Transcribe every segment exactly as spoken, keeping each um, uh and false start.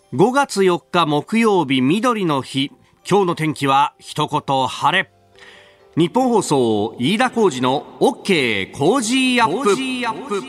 ごがつよっか木曜日、みどりの日。今日の天気は一言晴れ。日本放送飯田浩司の OK 工事アップ。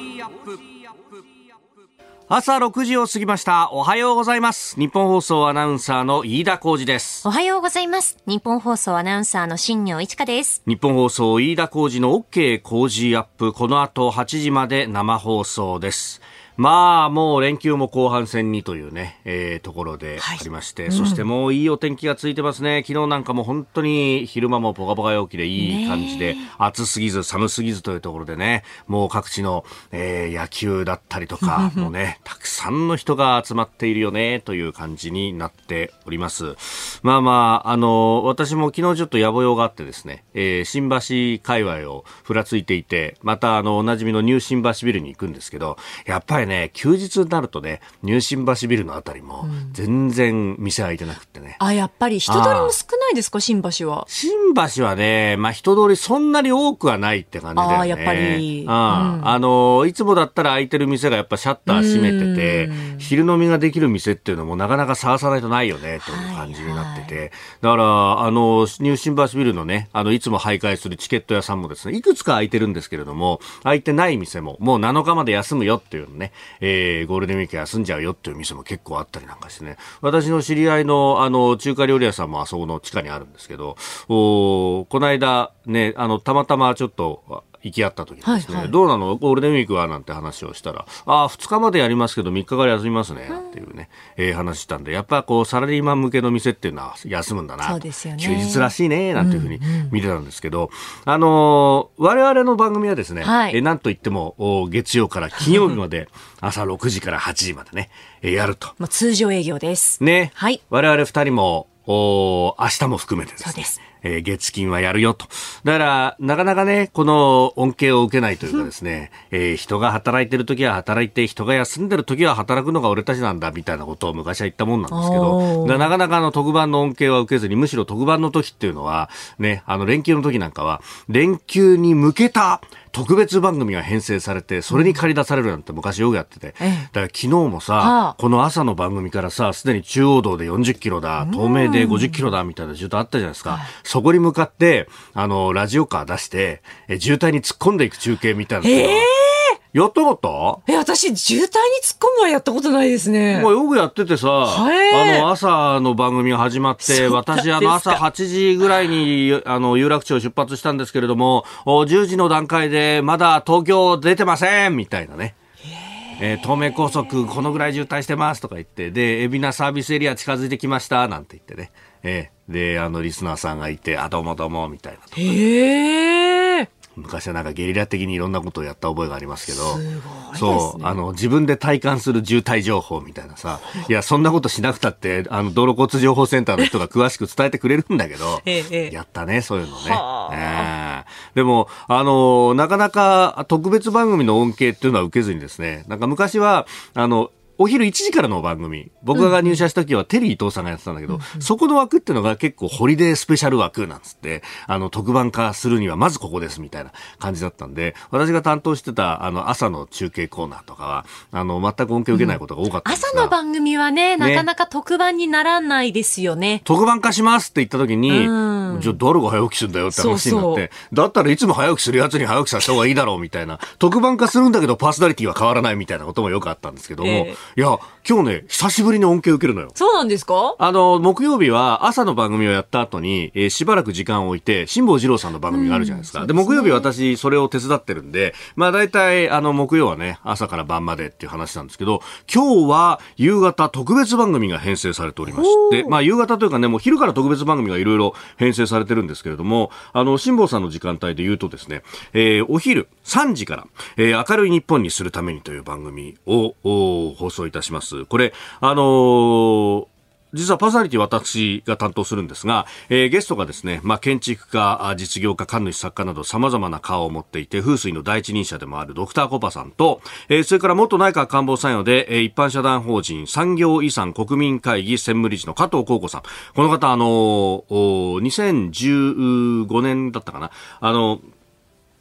朝ろくじを過ぎました。おはようございます。日本放送アナウンサーの飯田浩司です。 おはようございます。日本放送アナウンサーの新業一華です。 日本放送飯田浩司の OK 工事アップ。この後はちじまで生放送です。まあもう連休も後半戦にというね、えー、ところでありまして、はい、そしてもういいお天気がついてますね。昨日なんかも本当に昼間もポカポカ陽気でいい感じで、暑すぎず寒すぎずというところでね、もう各地の、えー、野球だったりとかもねたくさんの人が集まっているよねという感じになっております。まあまああの私も昨日ちょっと野暮用があってですね、えー、新橋界隈をふらついていて、またあのおなじみのニュー新橋ビルに行くんですけど、やっぱりね、休日になるとね、ニュー新橋ビルのあたりも全然店開いてなくってね、 うん、あ、やっぱり人通りも少ないですか、新橋は。 新橋はね、まあ、人通りそんなに多くはないって感じだよね。 あ、やっぱり、 うん、あのいつもだったら開いてる店がやっぱシャッター閉めてて、昼飲みができる店っていうのもなかなか探さないとないよねという感じになってて、はいはい、だからあのニュー新橋ビルのね、あのいつも徘徊するチケット屋さんもですね、いくつか開いてるんですけれども、開いてない店ももうなのかまで休むよっていうのね、えー、ゴールデンウィーク休んじゃうよっていう店も結構あったりなんかしてね、私の知り合いのあの中華料理屋さんもあそこの地下にあるんですけど、おこの間ね、あのたまたまちょっと行き合った時にですね、はいはい、どうなのゴールデンウィークはなんて話をしたら、ああふつかまでやりますけどみっかから休みますねなんていうね、えー、話したんで、やっぱこうサラリーマン向けの店っていうのは休むんだな、 そうですよね、 休日らしいねなんていうふうに見てたんですけど、うんうん、あのー、我々の番組はですね、はい、えー、なんといっても月曜から金曜日まで朝ろくじからはちじまでね、えー、やると、 まあ、通常営業ですね、 はい、 我々ふたりもお明日も含めてですね、 そうです、 えー、月金はやるよと。だからなかなかね、この恩恵を受けないというかですね、えー、人が働いてる時は働いて、人が休んでる時は働くのが俺たちなんだみたいなことを昔は言ったもんなんですけど、なかなかあの特番の恩恵は受けずに、むしろ特番の時っていうのはね、あの連休の時なんかは連休に向けた特別番組が編成されて、それに駆り出されるなんて昔よくやってて、だから昨日もさ、はあ、この朝の番組からさ、すでに中央道でよんじゅっキロだ、東名でごじゅっキロだみたいな渋滞あったじゃないですか、はい、そこに向かってあのラジオカー出してえ渋滞に突っ込んでいく中継みたいなの、えーやったかった？ え、私、渋滞に突っ込むはやったことないですね。 まあ、よくやっててさ、あの、朝の番組が始まって、私、あの、朝はちじぐらいに、あの、有楽町を出発したんですけれども、じゅうじの段階で、まだ東京出てませんみたいなね。えー、東名高速このぐらい渋滞してますとか言って、で、海老名サービスエリア近づいてきましたなんて言ってね。えー、で、あの、リスナーさんがいて、あ、どうもどうも、みたいなとか。へー。昔はなんかゲリラ的にいろんなことをやった覚えがありますけど、すごいですね、そう、あの自分で体感する渋滞情報みたいなさ、いやそんなことしなくたってあの道路交通情報センターの人が詳しく伝えてくれるんだけど、ええ、やったねそういうのね、えー、でもあのなかなか特別番組の恩恵っていうのは受けずにですね、なんか昔はあのお昼いちじからの番組、僕が入社した時はテリー伊藤さんがやってたんだけど、うんうん、そこの枠っていうのが結構ホリデースペシャル枠なんつって、あの特番化するにはまずここですみたいな感じだったんで、私が担当してたあの朝の中継コーナーとかはあの全く恩恵を受けないことが多かったんですが、 うん、朝の番組はね、なかなか特番にならないですよね。 特番化しますって言った時に、うん、じゃあ誰が早起きするんだよって話になって、そうそう、だったらいつも早起きするやつに早起きさせた方がいいだろうみたいな、特番化するんだけどパーソナリティは変わらないみたいなこともよくあったんですけども、えー、いや今日ね久しぶりに恩恵を受けるのよ。 そうなんですか？ あの木曜日は朝の番組をやった後に、えー、しばらく時間を置いて辛坊治郎さんの番組があるじゃないですか、うん、で, で木曜日私それを手伝ってるんで、まあ大体あの木曜はね朝から晩までっていう話なんですけど、今日は夕方特別番組が編成されておりまして、まあ夕方というかねもう昼から特別番組がいろいろ編成されてるんですけれども、あの辛坊さんの時間帯で言うとですね、えー、お昼さんじから、えー、明るい日本にするためにという番組を放送いたします。これあのー実はパーソナリティ私が担当するんですが、えー、ゲストがですね、まあ、建築家、実業家、神主作家など様々な顔を持っていて、風水の第一人者でもあるドクターコパさんと、えー、それから元内閣官房参与で、えー、一般社団法人産業遺産国民会議専務理事の加藤幸子さん。この方、あのー、にせんじゅうごねんだったかな、あのー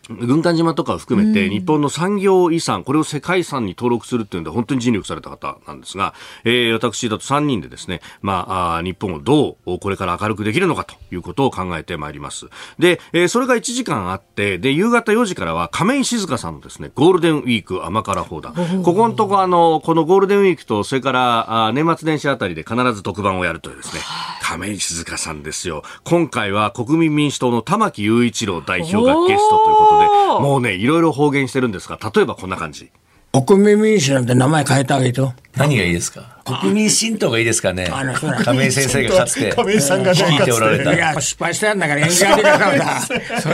軍艦島とかを含めて日本の産業遺産、これを世界遺産に登録するっていうんで本当に尽力された方なんですが、えー、私だとさんにんでですね、まあ、あ日本をどうこれから明るくできるのかということを考えてまいります。で、えー、それがいちじかんあって、で夕方よじからは亀井静香さんのですねゴールデンウィーク甘辛放談、ここのとこあのこのゴールデンウィークとそれからあ年末年始あたりで必ず特番をやるというですね、亀井静香さんですよ。今回は国民民主党の玉木雄一郎代表がゲストということで、もうねいろいろ方言してるんですが、例えばこんな感じ。 国民民主なんて名前変えてあげると。 何がいいですか。国民新党がいいですかね。亀井先生がかつて亀井さんが聞いておられた。 いや失敗したんだから演技ありがとうだ。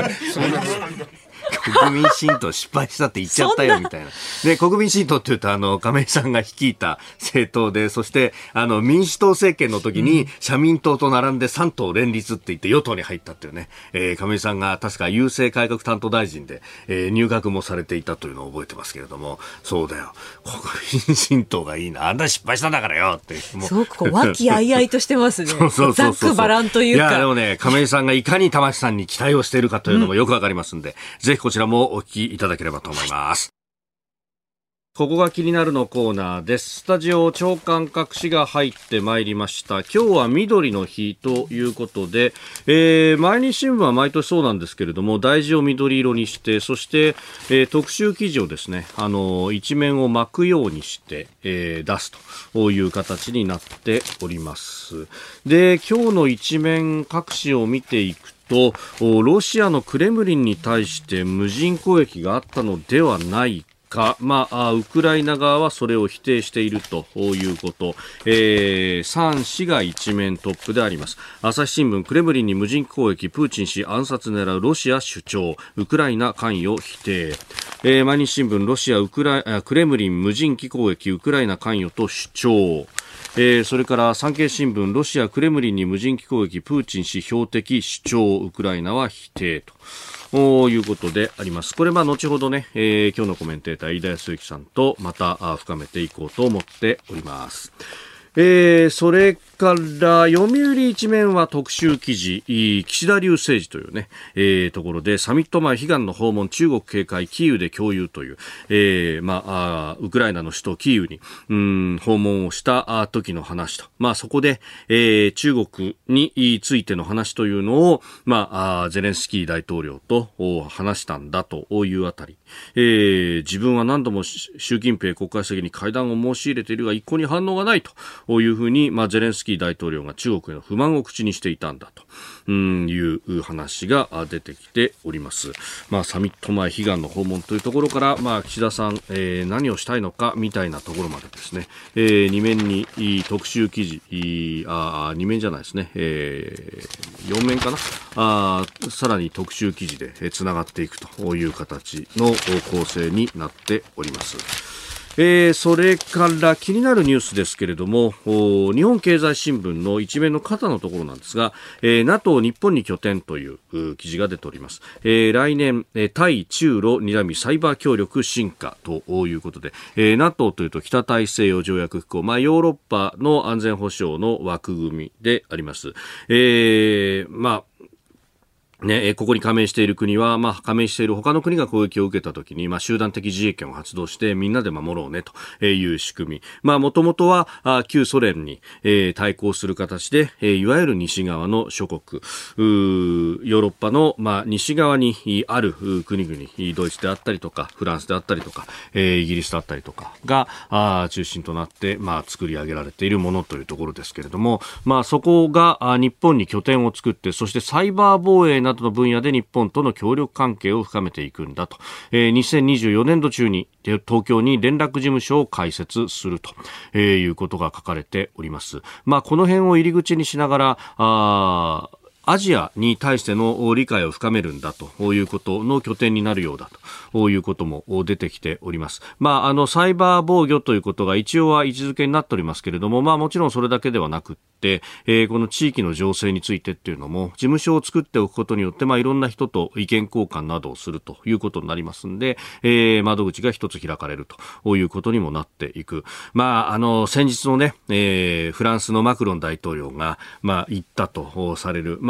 国民新党失敗したって言っちゃったよみたいな。で、国民新党って言うとあの亀井さんが率いた政党で、そしてあの民主党政権の時に社民党と並んでさん党連立って言って与党に入ったっていうね、えー、亀井さんが確か郵政改革担当大臣で、えー、入閣もされていたというのを覚えてますけれども、そうだよ、国民新党がいいな、あんな失敗したんだからよって。 すごくこう和気あいあいとしてますね。 そうそうそうそう、 ざっくばらんというか。 いやでもね、亀井さんがいかに玉木さんに期待をしているかというのもよくわかりますんで、うん、ぜひこちらもお聞きいただければと思います。ここが気になるのコーナーです。スタジオ長官各紙が入ってまいりました。今日は緑の日ということで、えー、毎日新聞は毎年そうなんですけれども、大字を緑色にして、そして、えー、特集記事をですね、あの一面を巻くようにして、えー、出すという形になっております。で、今日の一面各紙を見ていくと、ロシアのクレムリンに対して無人攻撃があったのではないか、まあ、ウクライナ側はそれを否定しているということ、えー、さん紙が一面トップであります。朝日新聞、クレムリンに無人攻撃、プーチン氏暗殺狙うロシア主張、ウクライナ関与否定。えー、毎日新聞、ロシアウクライクレムリン無人機攻撃、ウクライナ関与と主張。えー、それから産経新聞、ロシアクレムリンに無人機攻撃、プーチン氏標的主張、ウクライナは否定ということであります。これは後ほどね、えー、今日のコメンテーター飯田康之さんとまた深めていこうと思っております。えー、それから読売一面は特集記事、岸田流政治というね、えー、ところでサミット前悲願の訪問、中国警戒キーウで共有という、えー、まあ、ウクライナの首都キーウにうん訪問をした時の話と、まあそこで、えー、中国についての話というのを、まあ、ゼレンスキー大統領と話したんだというあたり、えー、自分は何度も習近平国家主席に会談を申し入れているが一向に反応がないというふうに、まあ、ゼレンスキー大統領が中国への不満を口にしていたんだという話が出てきております。まあ、サミット前悲願の訪問というところから、まあ、岸田さん、えー、何をしたいのかみたいなところまでですね、えー、に面に特集記事、あに面じゃないですね、えー、よん面かな、あさらに特集記事でつながっていくという形の構成になっております。えー、それから気になるニュースですけれども、日本経済新聞の一面の肩のところなんですが、えー、NATO 日本に拠点という記事が出ております。えー、来年、えー、対中ロ睨みサイバー協力進化ということで、えー、NATO というと北大西洋条約機構、まあ、ヨーロッパの安全保障の枠組みであります。えー、まあね、ここに加盟している国は、まあ、加盟している他の国が攻撃を受けたときに、まあ、集団的自衛権を発動してみんなで守ろうねという仕組み。まあ、もともとは、旧ソ連に、えー、対抗する形で、えー、いわゆる西側の諸国、ヨーロッパの、まあ、西側にある国々、ドイツであったりとか、フランスであったりとか、えー、イギリスであったりとかが、あ中心となって、まあ、作り上げられているものというところですけれども、まあ、そこが日本に拠点を作って、そしてサイバー防衛などの分野で日本との協力関係を深めていくんだと、えー、にせんにじゅうよねん度中に東京に連絡事務所を開設すると、えー、いうことが書かれております。まあ、この辺を入り口にしながらあアジアに対しての理解を深めるんだということの拠点になるようだということも出てきております。まあ、あのサイバー防御ということが一応は位置づけになっておりますけれども、まあ、もちろんそれだけではなくって、えー、この地域の情勢についてっていうのも事務所を作っておくことによって、まあ、いろんな人と意見交換などをするということになりますんで、えー、窓口が一つ開かれるということにもなっていく。まあ、あの先日のね、えー、フランスのマクロン大統領が、まあ、言ったとされる、まあ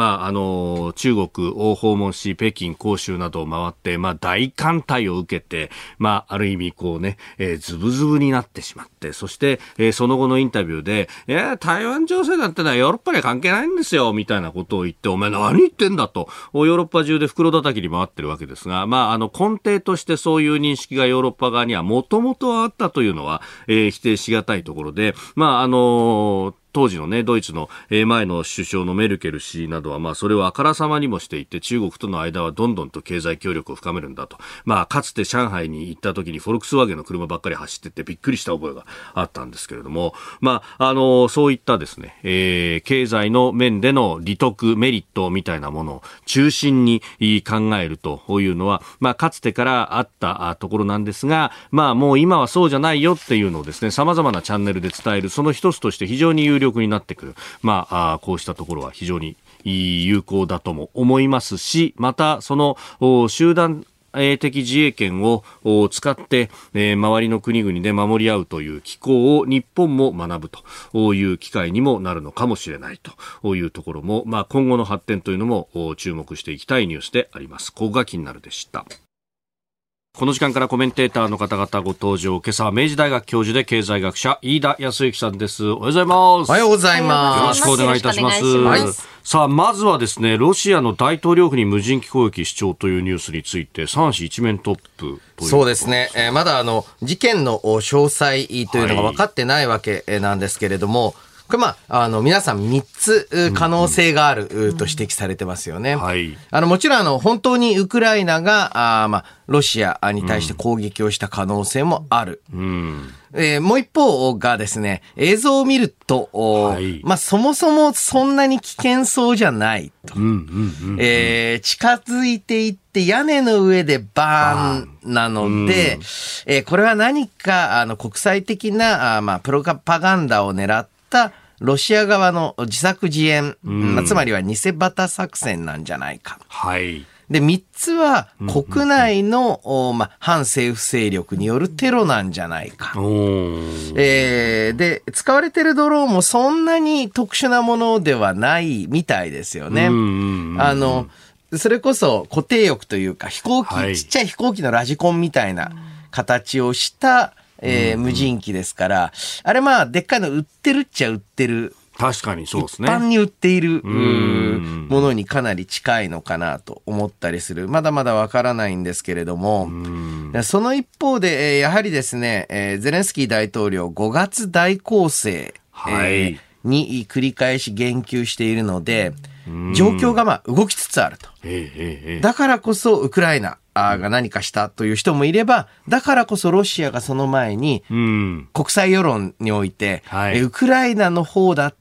まあ、あの中国を訪問し北京、広州などを回って、まあ、大艦隊を受けて、まあ、ある意味こうね、えー、ズブズブになってしまって、そして、えー、その後のインタビューで、いや台湾情勢だってのはヨーロッパには関係ないんですよみたいなことを言って、お前何言ってんだとヨーロッパ中で袋叩きに回ってるわけですが、まあ、あの根底としてそういう認識がヨーロッパ側にはもともとあったというのは、えー、否定しがたいところで、まああのー当時のね、ドイツの前の首相のメルケル氏などは、まあ、それをあからさまにもしていて、中国との間はどんどんと経済協力を深めるんだと。まあ、かつて上海に行った時にフォルクスワーゲンの車ばっかり走っててびっくりした覚えがあったんですけれども、まあ、あの、そういったですね、えー、経済の面での利得、メリットみたいなものを中心に考えるというのは、まあ、かつてからあったところなんですが、まあ、もう今はそうじゃないよっていうのをですね、様々なチャンネルで伝える、その一つとして非常に有力になってくる。まあ、あこうしたところは非常に有効だとも思いますし、またその集団的自衛権を使って、えー、周りの国々で守り合うという機構を日本も学ぶという機会にもなるのかもしれないというところも、まあ、今後の発展というのも注目していきたいニュースであります。ここが気になるでした。この時間からコメンテーターの方々ご登場。今朝は明治大学教授で経済学者飯田康之さんです。おはようございます。 おはようございます。 よろしくお願いいたします。はい、さあまずはですね、ロシアの大統領府に無人機攻撃主張というニュースについてさん紙一面トップという。 そうですね、えー、まだあの事件の詳細というのが分かってないわけなんですけれども、はい、これまあ、あの、皆さんみっつ可能性があると指摘されてますよね。うんうん、はい。あの、もちろんあの、本当にウクライナが、あまあ、ロシアに対して攻撃をした可能性もある。うん。えー、もう一方がですね、映像を見ると、はい、まあ、そもそもそんなに危険そうじゃないと。うんうんうんうん、えー、近づいていって屋根の上でバーンなので、うん、えー、これは何か、あの、国際的な、あまあ、プロパガンダを狙ったロシア側の自作自演、うん、つまりは偽旗作戦なんじゃないか。はい。で、三つは国内の、うんうん、ま、反政府勢力によるテロなんじゃないか。えー、で、使われてるドローンもそんなに特殊なものではないみたいですよね。うんうんうん、あの、それこそ固定翼というか飛行機、はい、ちっちゃい飛行機のラジコンみたいな形をしたえー、無人機ですから、あれまあ、でっかいの売ってるっちゃ売ってる。 確かにそうですね。 一般に売っているものにかなり近いのかなと思ったりする。まだまだわからないんですけれども、その一方で、やはりですね、ゼレンスキー大統領ごがつ大攻勢、はい、えー、に繰り返し言及しているので、状況がまあ動きつつあると。だからこそウクライナが何かしたという人もいれば、だからこそロシアがその前に国際世論において、はい、ウクライナの方だって、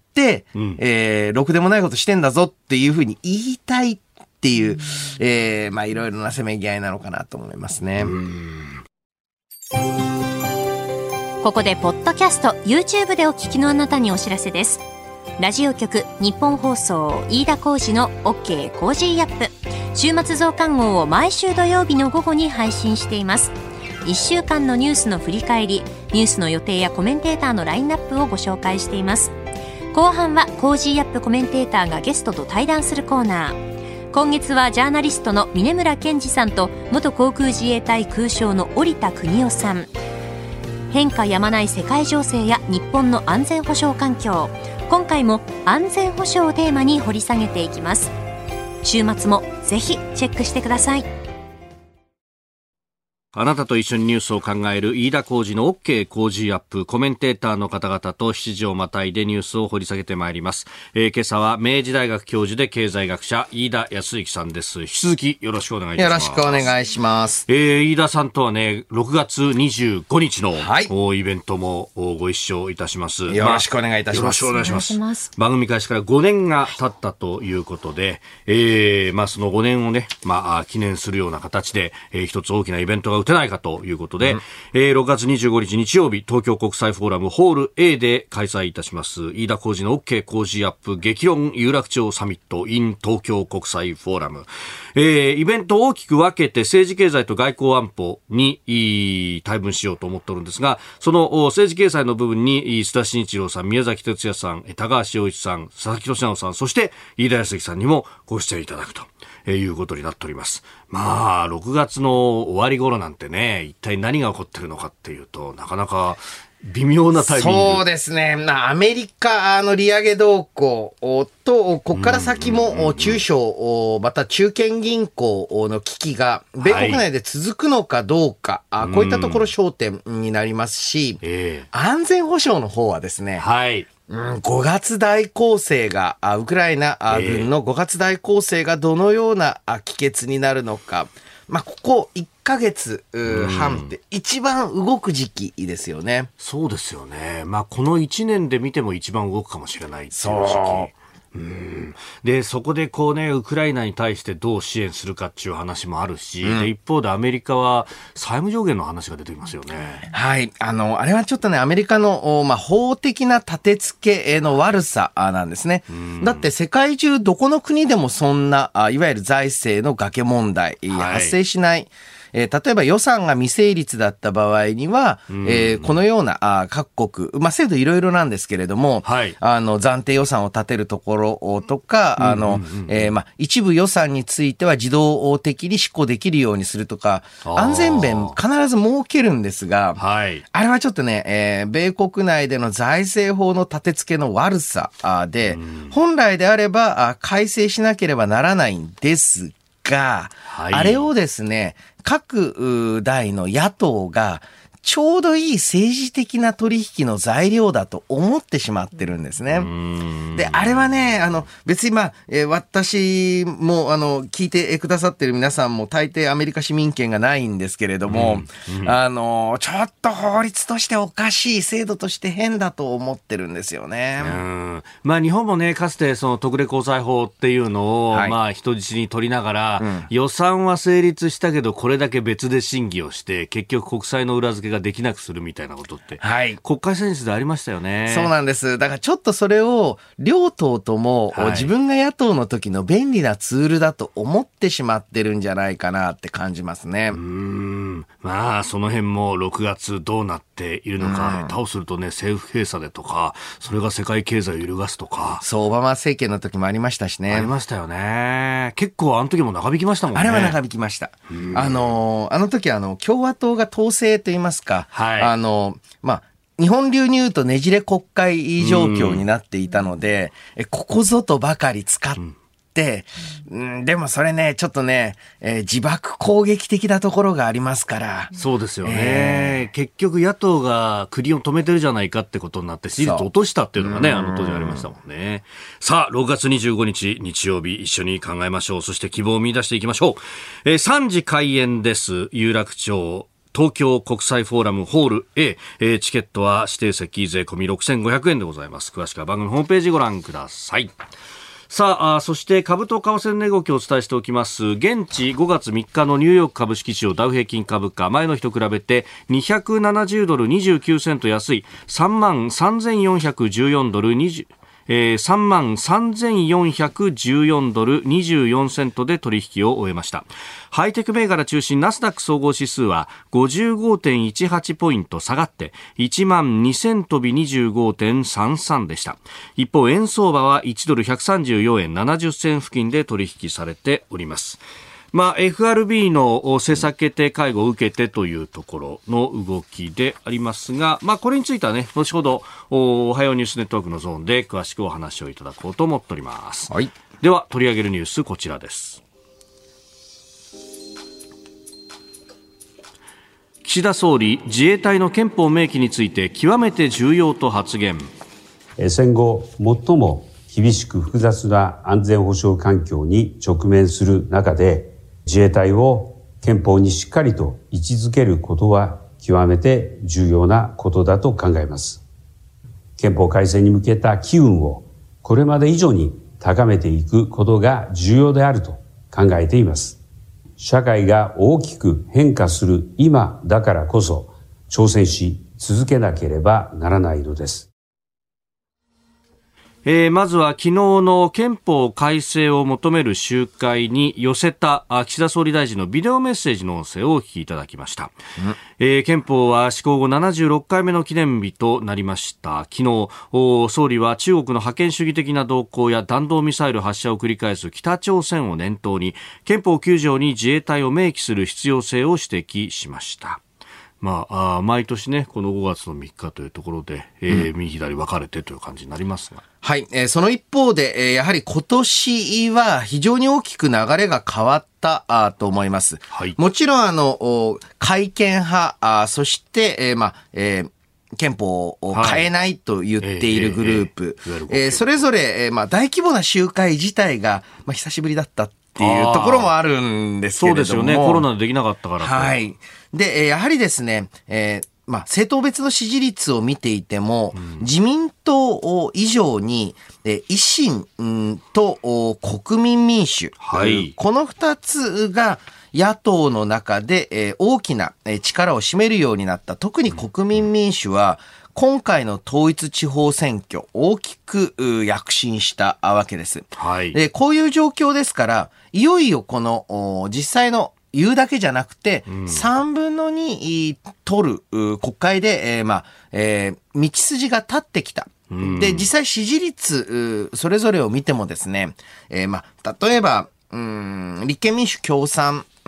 うん、えー、ろくでもないことしてんだぞっていうふうに言いたいっていう、えー、まあいろいろなせめぎ合いなのかなと思いますね。 ここでポッドキャスト YouTube でお聞きのあなたにお知らせです。ラジオ局日本放送飯田浩司の OK コージーアップ週末増刊号を毎週土曜日の午後に配信しています。いっしゅうかんのニュースの振り返り、ニュースの予定やコメンテーターのラインナップをご紹介しています。後半はコージーアップコメンテーターがゲストと対談するコーナー。今月はジャーナリストの峯村健二さんと元航空自衛隊空将の織田邦夫さん。変化やまない世界情勢や日本の安全保障環境、今回も安全保障をテーマに掘り下げていきます。週末もぜひチェックしてください。 あなたと一緒にニュースを考える飯田浩司の OK 工事アップ、コメンテーターの方々としちじをまたいでニュースを掘り下げてまいります。えー、今朝は明治大学教授で経済学者飯田康之さんです。引き続きよろしくお願いいたします。 よろしくお願いします。 えー、飯田さんとはね、ろくがつにじゅうごにちの、はい、イベントもご一緒いたします。 よろしくお願いいたします。 まあ、よろしくお願いします。番組開始からごねんが経ったということで、えー、まあそのごねんをね、まあ記念するような形で、えー、一つ大きなイベントが打てないかということで、うんえー、ろくがつにじゅうごにち日曜日、東京国際フォーラムホール A で開催いたします、飯田浩司の OK 工事アップ激論有楽町サミット in 東京国際フォーラム。えー、イベントを大きく分けて政治経済と外交安保に対分しようと思っておるんですが、その政治経済の部分に須田慎一郎さん、宮崎哲也さん、高橋洋一さん、佐々木俊直さん、そして飯田康之さんにもご出演いただくということになっております。まあろくがつの終わり頃なんてね、一体何が起こってるのかっていうとなかなか微妙なタイミング。 そうですね。アメリカの利上げ動向と、ここから先も中小、また中堅銀行の危機が米国内で続くのかどうか、はい、こういったところ焦点になりますし、 えー、 安全保障の方はですね、 はいうん、ごがつ大攻勢が、ウクライナ軍のごがつ大攻勢がどのような帰結になるのか、まあ、ここいっかげつはんって一番動く時期ですよね。 そうですよね。まあ、このいちねんで見ても一番動くかもしれないっていう時期。うんでそこでこうねウクライナに対してどう支援するかっていう話もあるし、うん、で一方でアメリカは債務上限の話が出てきますよね。 はいあのあれはちょっとねアメリカの、まあ、法的な立て付けの悪さなんですね。だって世界中どこの国でもそんないわゆる財政の崖問題、はい、発生しない。えー、例えば予算が未成立だった場合には、えー、このようなあ各国、まあ、制度いろいろなんですけれども、はい、あの暫定予算を立てるところとか、あの、えー、まあ、一部予算については自動的に執行できるようにするとか、安全弁必ず設けるんですが、はい、あれはちょっとね、えー、米国内での財政法の立て付けの悪さで、本来であれば改正しなければならないんですが、はい、あれをですね、各代の野党がちょうどいい政治的な取引の材料だと思ってしまってるんですね。で、あれはね、あの、別にまあ、えー、私も、あの、聞いてくださってる皆さんも大抵アメリカ市民権がないんですけれども、うんうん、あの、ちょっと法律としておかしい、制度として変だと思ってるんですよね。 うんまあ、日本もね、かつてその特例公債法っていうのを、はい、まあ、人質に取りながら、うん、予算は成立したけど、これだけ別で審議をして、結局国債の裏付けができなくするみたいなことって、はい、国会選出でありましたよね。 そうなんです。だからちょっとそれを両党とも、はい、自分が野党の時の便利なツールだと思ってしまってるんじゃないかなって感じますね。 うーんまあその辺もろくがつどうなっているのか、下手をするとね政府閉鎖でとか、それが世界経済を揺るがすとか、 そうオバマ政権の時もありましたしね。 ありましたよね。結構あの時も長引きましたもんね。 あれは長引きました。あのあの時あの共和党が統制と言いますか、はい、あのまあ日本流に言うとねじれ国会状況になっていたので、えここぞとばかり使って、うん、んでもそれねちょっとね、えー、自爆攻撃的なところがありますから。 そうですよね、えー、結局野党が国を止めてるじゃないかってことになって支持率落としたっていうのがねあの当時ありましたもんね。さあろくがつにじゅうごにち日曜日一緒に考えましょう。そして希望を見出していきましょう。えー、さんじ開演です。有楽町東京国際フォーラムホール A、えー、チケットは指定席税込みろくせんごひゃくえんでございます。詳しくは番組ホームページご覧ください。さあ、あそして株と為替の値動きをお伝えしておきます。現地ごがつみっかのニューヨーク株式市場ダウ平均株価、前の日と比べてにひゃくななじゅうドルにじゅうきゅうセント安い さんまんさんぜんよんひゃくじゅうよんドル20えー、さんまんさんぜんよんひゃくじゅうよんドルにじゅうよんセントで取引を終えました。ハイテク銘柄中心ナスダック総合指数は ごじゅうごてんいちはち ポイント下がっていちまんにせん飛び にじゅうごてんさんさん でした。一方円相場はいちドルひゃくさんじゅうよんえんななじゅっせん付近で取引されております。まあ、エフアールビー の政策決定会合を受けてというところの動きでありますが、まあ、これについてはね、後ほどおはようニュースネットワークのゾーンで詳しくお話をいただこうと思っております。はい、では取り上げるニュースこちらです。岸田総理、自衛隊の憲法明記について極めて重要と発言。 戦後最も厳しく複雑な安全保障環境に直面する中で、自衛隊を憲法にしっかりと位置づけることは極めて重要なことだと考えます。憲法改正に向けた機運をこれまで以上に高めていくことが重要であると考えています。 社会が大きく変化する今だからこそ挑戦し続けなければならないのです。 えー、まずは昨日の憲法改正を求める集会に寄せた岸田総理大臣のビデオメッセージの音声をお聞きいただきました。えー、憲法は施行後ななじゅうろっかいめの記念日となりました。昨日総理は中国の覇権主義的な動向や弾道ミサイル発射を繰り返す北朝鮮を念頭に憲法きゅう条に自衛隊を明記する必要性を指摘しました。まあ、あ毎年ね、このごがつのみっかというところで、えーうん、右左分かれてという感じになりますが。 はい、えー、その一方で、えー、やはり今年は非常に大きく流れが変わったあと思います。はい、もちろん、あの、改憲派、あそして、えー、まあ、えー憲法を変えないと言っているグループ、はいえーえーえー、それぞれ、えーまあ、大規模な集会自体が、まあ、久しぶりだったっていうところもあるんですけれども。 そうですよね。コロナでできなかったからと。 はい。で、やはりですね、えーまあ、政党別の支持率を見ていても、うん、自民党以上に、え維新、うん、と国民民主、はい、この二つが野党の中で、えー、大きな力を占めるようになった。特に国民民主は、今回の統一地方選挙、大きく躍進したわけです。はい、でこういう状況ですから、いよいよこの実際の言うだけじゃなくて、うん、さんぶんのに取る国会で、えーまあえー、道筋が立ってきた。うん、で、実際支持率、それぞれを見てもですね、えーまあ、例えば、うん、立憲民主共産、うん、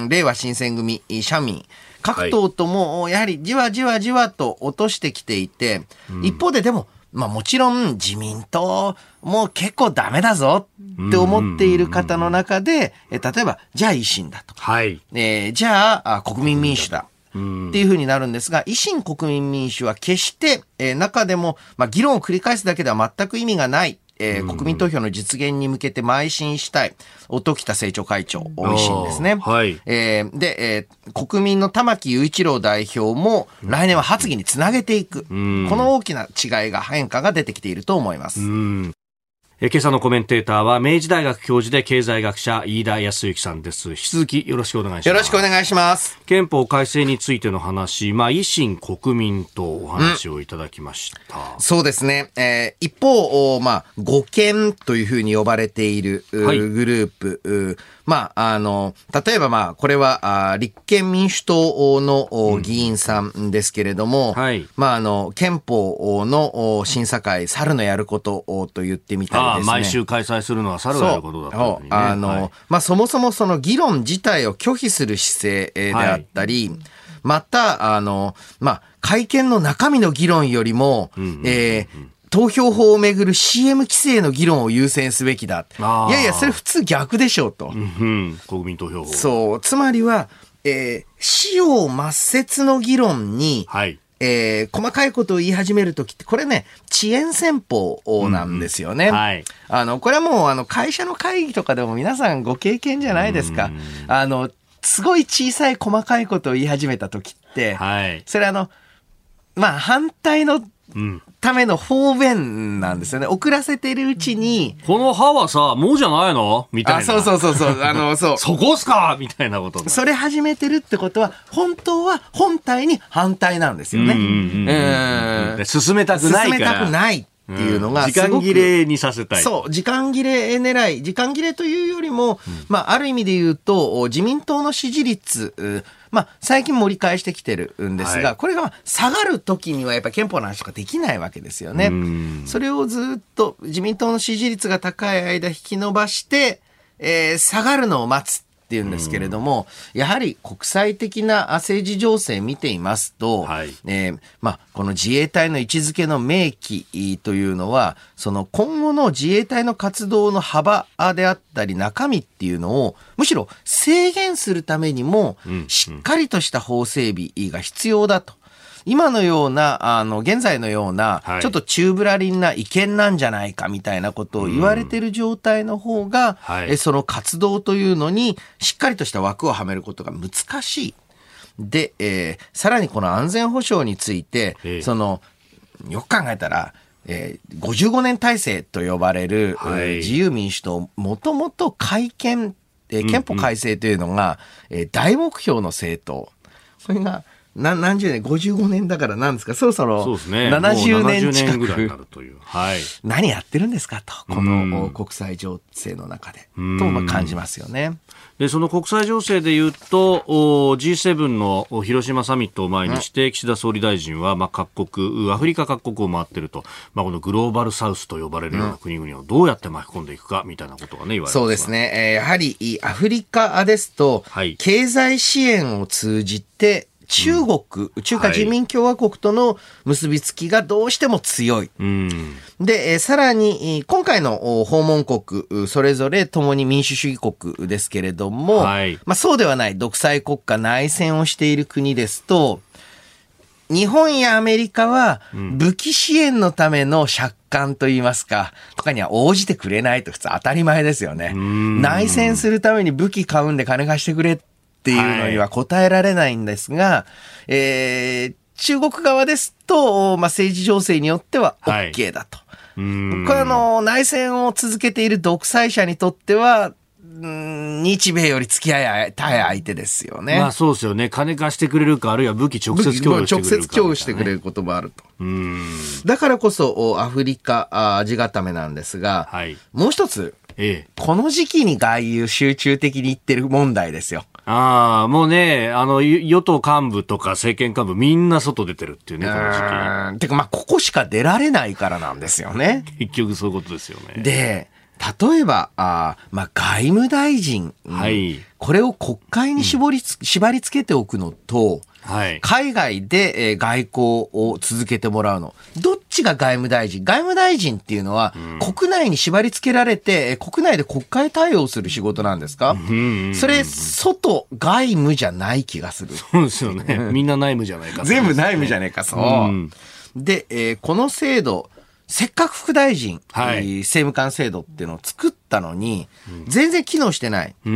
れいわ新選組、社民、各党ともやはりじわじわじわと落としてきていて、はい、一方ででも、まあもちろん自民党も結構ダメだぞって思っている方の中で、え例えばじゃあ維新だと、はいえー、じゃあ国民民主だっていうふうになるんですが、維新国民民主は決して、えー、中でも、まあ、議論を繰り返すだけでは全く意味がない。えー、国民投票の実現に向けて邁進したい音喜多政調会長維新ですね、はいえー、で、えー、国民の玉木雄一郎代表も来年は発議につなげていく、うん、この大きな違いが変化が出てきていると思います。 うんえ今朝のコメンテーターは明治大学教授で経済学者飯田康之さんです。引き続きよろしくお願いします。 よろしくお願いします。 憲法改正についての話、まあ、維新国民とお話をいただきました、 うん、そうですね、えー、一方、まあ、護憲というふうに呼ばれている、はい、グループ、まあ、あの例えば、まあ、これはあ立憲民主党の議員さんですけれども、うんはいまあ、あの憲法の審査会猿のやることと言ってみたりですね、あ毎週開催するのは猿がやることだったと、ね、 あの、はいまあ、そもそもその議論自体を拒否する姿勢であったり、はい、またあの、まあ、会見の中身の議論よりも、うんうんうんえー投票法をめぐる シーエム 規制の議論を優先すべきだ。いやいや、それ普通逆でしょうと。 うんうん、国民投票法。 そう。つまりは、えー、使用抹殺の議論に、はいえー、細かいことを言い始めるときって、これね、遅延戦法なんですよね。うんうんはい、あの、これはもう、あの、会社の会議とかでも皆さんご経験じゃないですか。あの、すごい小さい細かいことを言い始めたときって、はい、それあの、まあ、反対の、うんための方便なんですよね。遅らせてるうちに。 この歯はさ、もうじゃないのみたいな。 あ、そうそうそうそう。あの、そう。 そこっすかみたいなこと。 それ始めてるってことは、本当は本体に反対なんですよね。うんうんうんうん。進めたくないから。 進めたくない。っていうのが時間切れにさせたい。 そう、時間切れ狙い。時間切れというよりも、うん、まあ、ある意味で言うと、自民党の支持率、まあ、最近盛り返してきてるんですが、はい、これが下がるときにはやっぱり憲法の話とかできないわけですよね。それをずっと自民党の支持率が高い間引き伸ばして、えー、下がるのを待つ。っていうんですけれども、やはり国際的な政治情勢見ていますと、はいえーまあ、この自衛隊の位置づけの明記というのは、その今後の自衛隊の活動の幅であったり中身っていうのをむしろ制限するためにも、しっかりとした法整備が必要だと。今のような、あの、現在のような、はい、ちょっと宙ぶらりんな意見なんじゃないかみたいなことを言われている状態の方が、はい、えその活動というのにしっかりとした枠をはめることが難しい。で、えー、さらにこの安全保障について、その、よく考えたら、えー、ごじゅうごねん体制と呼ばれる、はい、自由民主党、もともと改憲えー、憲法改正というのが、うんうん、えー、大目標の政党。それが、な何十年、ごじゅうごねんだからなんですか、そろそろななじゅうねん近く、 ぐらいになるという、はい、 何やってるんですかと、この国際情勢の中で、とまあ感じますよね。 でその国際情勢でいうと ジーセブン の広島サミットを前にして、うん、岸田総理大臣はまあ各国アフリカ各国を回っていると、まあ、このグローバルサウスと呼ばれるような国々をどうやって巻き込んでいくかみたいなことがね言われてます。 そうですね、えー、やはりアフリカですと、はい、経済支援を通じて中国、うん、中華人民共和国との結びつきがどうしても強い。うん、で、えー、さらに、今回の訪問国、それぞれともに民主主義国ですけれども、はい、まあそうではない独裁国家内戦をしている国ですと、日本やアメリカは武器支援のための借款といいますか、とかには応じてくれないと普通当たり前ですよね。内戦するために武器買うんで金貸してくれっていうのには答えられないんですが、はい、えー、中国側ですと、まあ、政治情勢によっては OK だと。はい、これはあの内戦を続けている独裁者にとっては、日米より付き合いたい相手ですよね。 まあそうですよね。金貸してくれるか、あるいは武器直接供与してくれるか、ね、 直接供与してくれることもあると。うん、だからこそアフリカ地固めなんですが、はい、もう一つ、ええ、この時期に外遊集中的に行ってる問題ですよ。 ああ、もうね、あの、与党幹部とか政権幹部みんな外出てるっていうね、この時期に。 てか、まあ、ここしか出られないからなんですよね。 結局そういうことですよね。 で、例えば、あまあ、外務大臣、はい、これを国会に絞りつ、うん、縛り付けておくのと、はい、海外で、えー、外交を続けてもらうの。どっちが外務大臣？外務大臣っていうのは、うん、国内に縛り付けられて、国内で国会対応する仕事なんですか？うんうんうん、それ、外、外務じゃない気がする。 そうですよね。みんな内務じゃないか、 ね。全部内務じゃないか、そう。うん、で、えー、この制度、せっかく副大臣、はい、政務官制度っていうのを作ったのに、うん、全然機能してない。うん、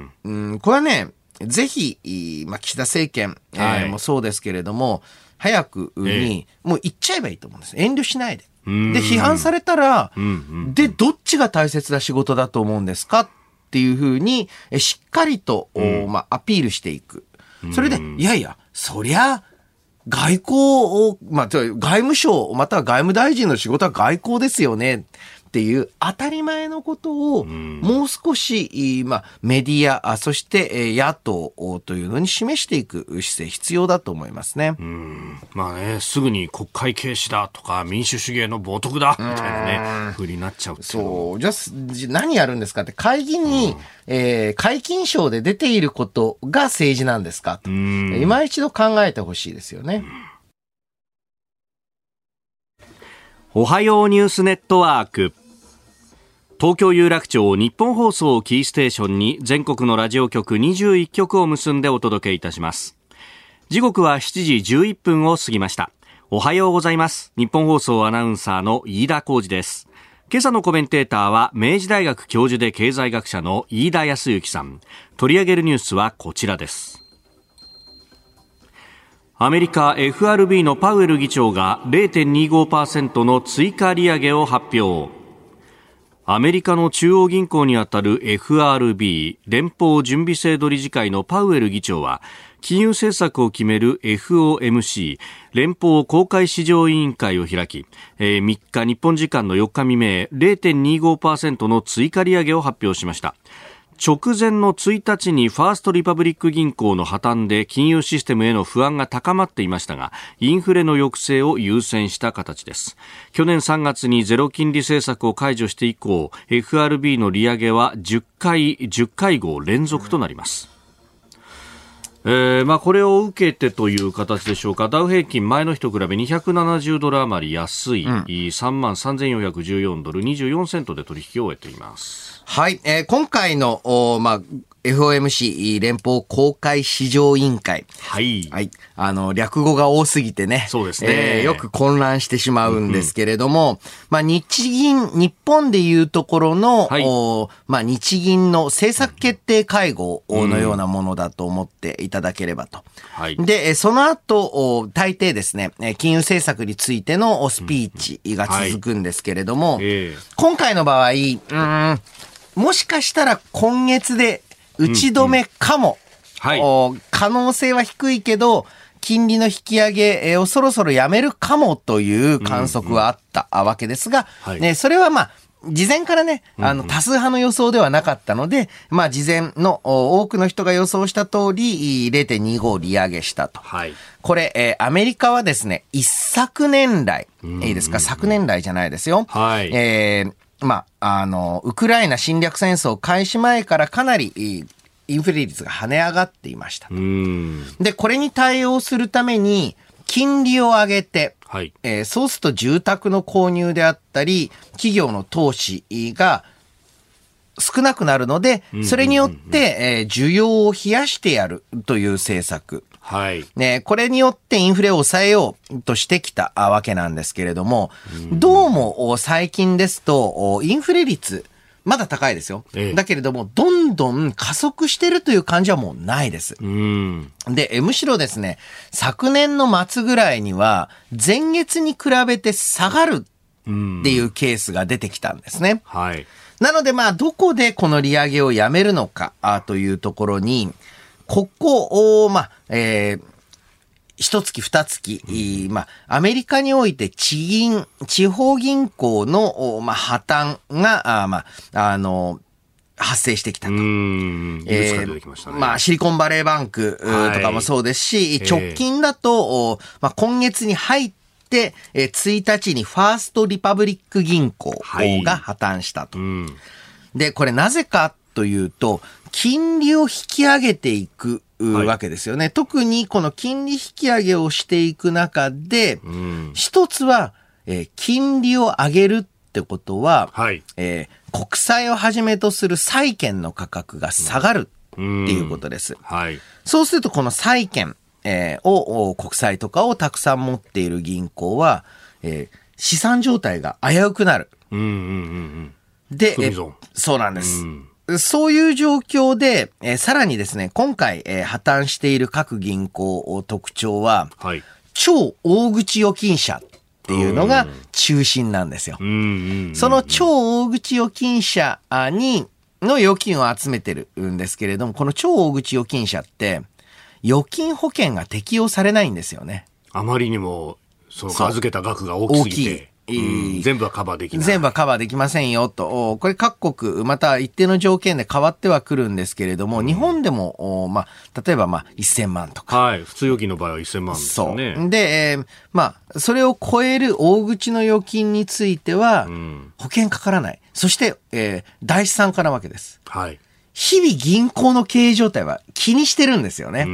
うん、これはね、ぜひ、まあ、岸田政権、はい、えー、もそうですけれども、早くに、えー、もう言っちゃえばいいと思うんです。遠慮しないで。で、批判されたら、うんうん、で、どっちが大切な仕事だと思うんですかっていうふうに、しっかりと、うん、まあ、アピールしていく。それで、いやいや、そりゃ、外交を、まあ、外務省、または外務大臣の仕事は外交ですよね。っていう当たり前のことをもう少し、まあ、メディア、そして野党というのに示していく姿勢必要だと思いますね。 うん、まあね、すぐに国会軽視だとか民主主義への冒涜だみたいなね、風になっちゃうっていう。 そう。じゃあ、何やるんですかって会議に、うん、えー、皆勤賞で出ていることが政治なんですかと。今一度考えてほしいですよね。 おはようニュースネットワーク。東京有楽町日本放送キーステーションに全国のラジオ局にじゅういっきょくを結んでお届けいたします。時刻はしちじじゅういっぷんを過ぎました。おはようございます。日本放送アナウンサーの飯田浩司です。今朝のコメンテーターは明治大学教授で経済学者の飯田康之さん。取り上げるニュースはこちらです。アメリカ エフアールビー のパウエル議長が ゼロてんにごパーセント の追加利上げを発表。アメリカの中央銀行にあたる エフアールビー 連邦準備制度理事会のパウエル議長は金融政策を決める エフオーエムシー 連邦公開市場委員会を開き、えー、みっか日本時間のよっか未明 ゼロてんにごパーセント の追加利上げを発表しました。直前のついたちにファーストリパブリック銀行の破綻で金融システムへの不安が高まっていましたが、インフレの抑制を優先した形です。去年さんがつにゼロ金利政策を解除して以降、エフアールビー の利上げはじゅっかい、じゅっかいごう連続となります。えーまあ、これを受けてという形でしょうか。ダウ平均前の日と比べにひゃくななじゅうドル余り安い、うん、さんまんさんぜんよんひゃくじゅうよんドルにじゅうよんセントで取引を終えています。 はい、えー、今回の、まあ、エフオーエムシー 連邦公開市場委員会。 はい。 はい。あの、略語が多すぎてね。 そうですね。 えー、よく混乱してしまうんですけれども、うんうん、まあ、日銀、日本でいうところの、はい、おまあ、日銀の政策決定会合のようなものだと思っていただければと。うん、はい。で、その後、大抵ですね、金融政策についてのスピーチが続くんですけれども、うんはいえー、今回の場合、うーん、もしかしたら今月で打ち止めかも、 うんうんはい、 可能性は低いけど、金利の引き上げをそろそろやめるかもという観測はあったわけですが、うんうんはい、それはまあ、事前からね、あの、多数派の予想ではなかったので、まあ、事前の多くの人が予想した通り、ゼロてんにご 利上げしたと。はい、これ、えー、アメリカはですね、一昨年来、いいですか、昨年来じゃないですよ。はい。えー、まあ、あの、ウクライナ侵略戦争開始前からかなり、インフレ率が跳ね上がっていました。うんで、これに対応するために、金利を上げて、はいえー、そうすると住宅の購入であったり、企業の投資が少なくなるので、それによって、えー、需要を冷やしてやるという政策。はいね、これによってインフレを抑えようとしてきたわけなんですけれども、どうも最近ですと、インフレ率、まだ高いですよ。ええ、だけれども、どんどん加速してるという感じはもうないです。うんで、むしろですね、昨年の末ぐらいには、前月に比べて下がるっていうケースが出てきたんですね。はい。なので、まあ、どこでこの利上げをやめるのかというところに、ここを、まあ、えー、一月二月、うん、まあ、アメリカにおいて地銀、地方銀行の、まあ、破綻が、あまあ、あの、発生してきたと。うんえー、出てきましたね。まあ、シリコンバレーバンクとかもそうですし、はい、直近だと、えー、まあ、今月に入って、えー、ついたちにファーストリパブリック銀行が破綻したと。はいうん、で、これなぜかというと、金利を引き上げていくわけですよね。はい、特にこの金利引き上げをしていく中で、うん、一つは、えー、金利を上げるってことは、はいえー、国債をはじめとする債券の価格が下がるっていうことです。うんはい、そうするとこの債券、えー、を国債とかをたくさん持っている銀行は、えー、資産状態が危うくなる。うんうんうんうん、で、えー、そうなんです。うんそういう状況で、えー、さらにですね、今回、えー、破綻している各銀行特徴は、はい、超大口預金者っていうのが中心なんですよ。その超大口預金者に、の預金を集めてるんですけれども、この超大口預金者って、預金保険が適用されないんですよね。 あまりにも、その預けた額が大きすぎて。うん、全部はカバーできない。 全部はカバーできませんよと。これ各国、また一定の条件で変わってはくるんですけれども、うん、日本でも、まあ、例えばまあ、せんまんとか。 はい。普通預金の場合はせんまんですよね。 そう。で、えー、まあ、それを超える大口の預金については、保険かからない。そして、えー、大資産家なわけです。はい。日々銀行の経営状態は気にしてるんですよね。うん。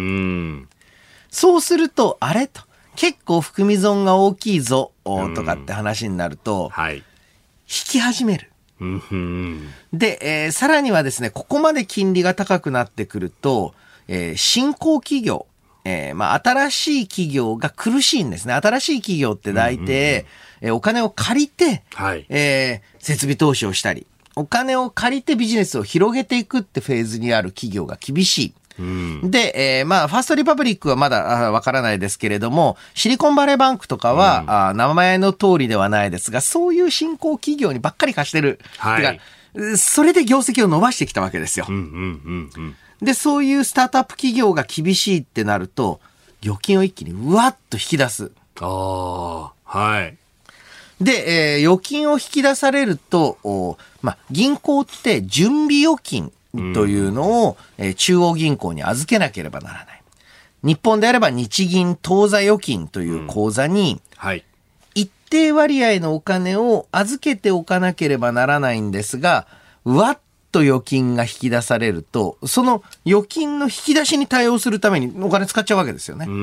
そうすると、あれと。結構含み損が大きいぞとかって話になると、うんはい、引き始める。うんうん、で、えー、さらにはですね、ここまで金利が高くなってくると、えー、新興企業、えーまあ、新しい企業が苦しいんですね。新しい企業って大抵、うんうんうんえー、お金を借りて、はいえー、設備投資をしたり、お金を借りてビジネスを広げていくってフェーズにある企業が厳しい。うん、で、えー、まあ、ファーストリパブリックはまだわからないですけれども、シリコンバレーバンクとかは、うん、あ名前の通りではないですが、そういう新興企業にばっかり貸してる。はい。てか、それで業績を伸ばしてきたわけですよ。うんうんうんうん、で、そういうスタートアップ企業が厳しいってなると、預金を一気にうわっと引き出す。ああ、はい。で、えー、預金を引き出されると、まあ、銀行って準備預金、というのを、えー、中央銀行に預けなければならない。日本であれば日銀当座預金という口座に、はい、一定割合のお金を預けておかなければならないんですが、うわっと預金が引き出されると、その預金の引き出しに対応するためにお金使っちゃうわけですよね。うん、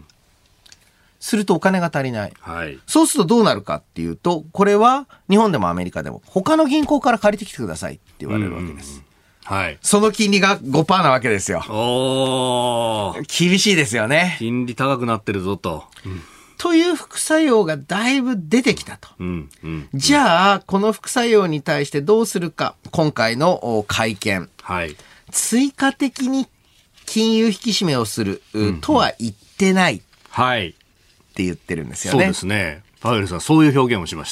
するとお金が足りない、はい。そうするとどうなるかっていうと、これは日本でもアメリカでも他の銀行から借りてきてくださいって言われるわけです。うんうんはい。その金利が ごパーセント なわけですよ。おー。厳しいですよね。 金利高くなってるぞと。うん、 という副作用がだいぶ出てきたと。うんうん、じゃあ、この副作用に対してどうするか。今回の会見。はい。追加的に金融引き締めをする、うんうん、とは言ってない。はい。って言ってるんですよね。 そうですね。パウエルさん、そういう表現をしました。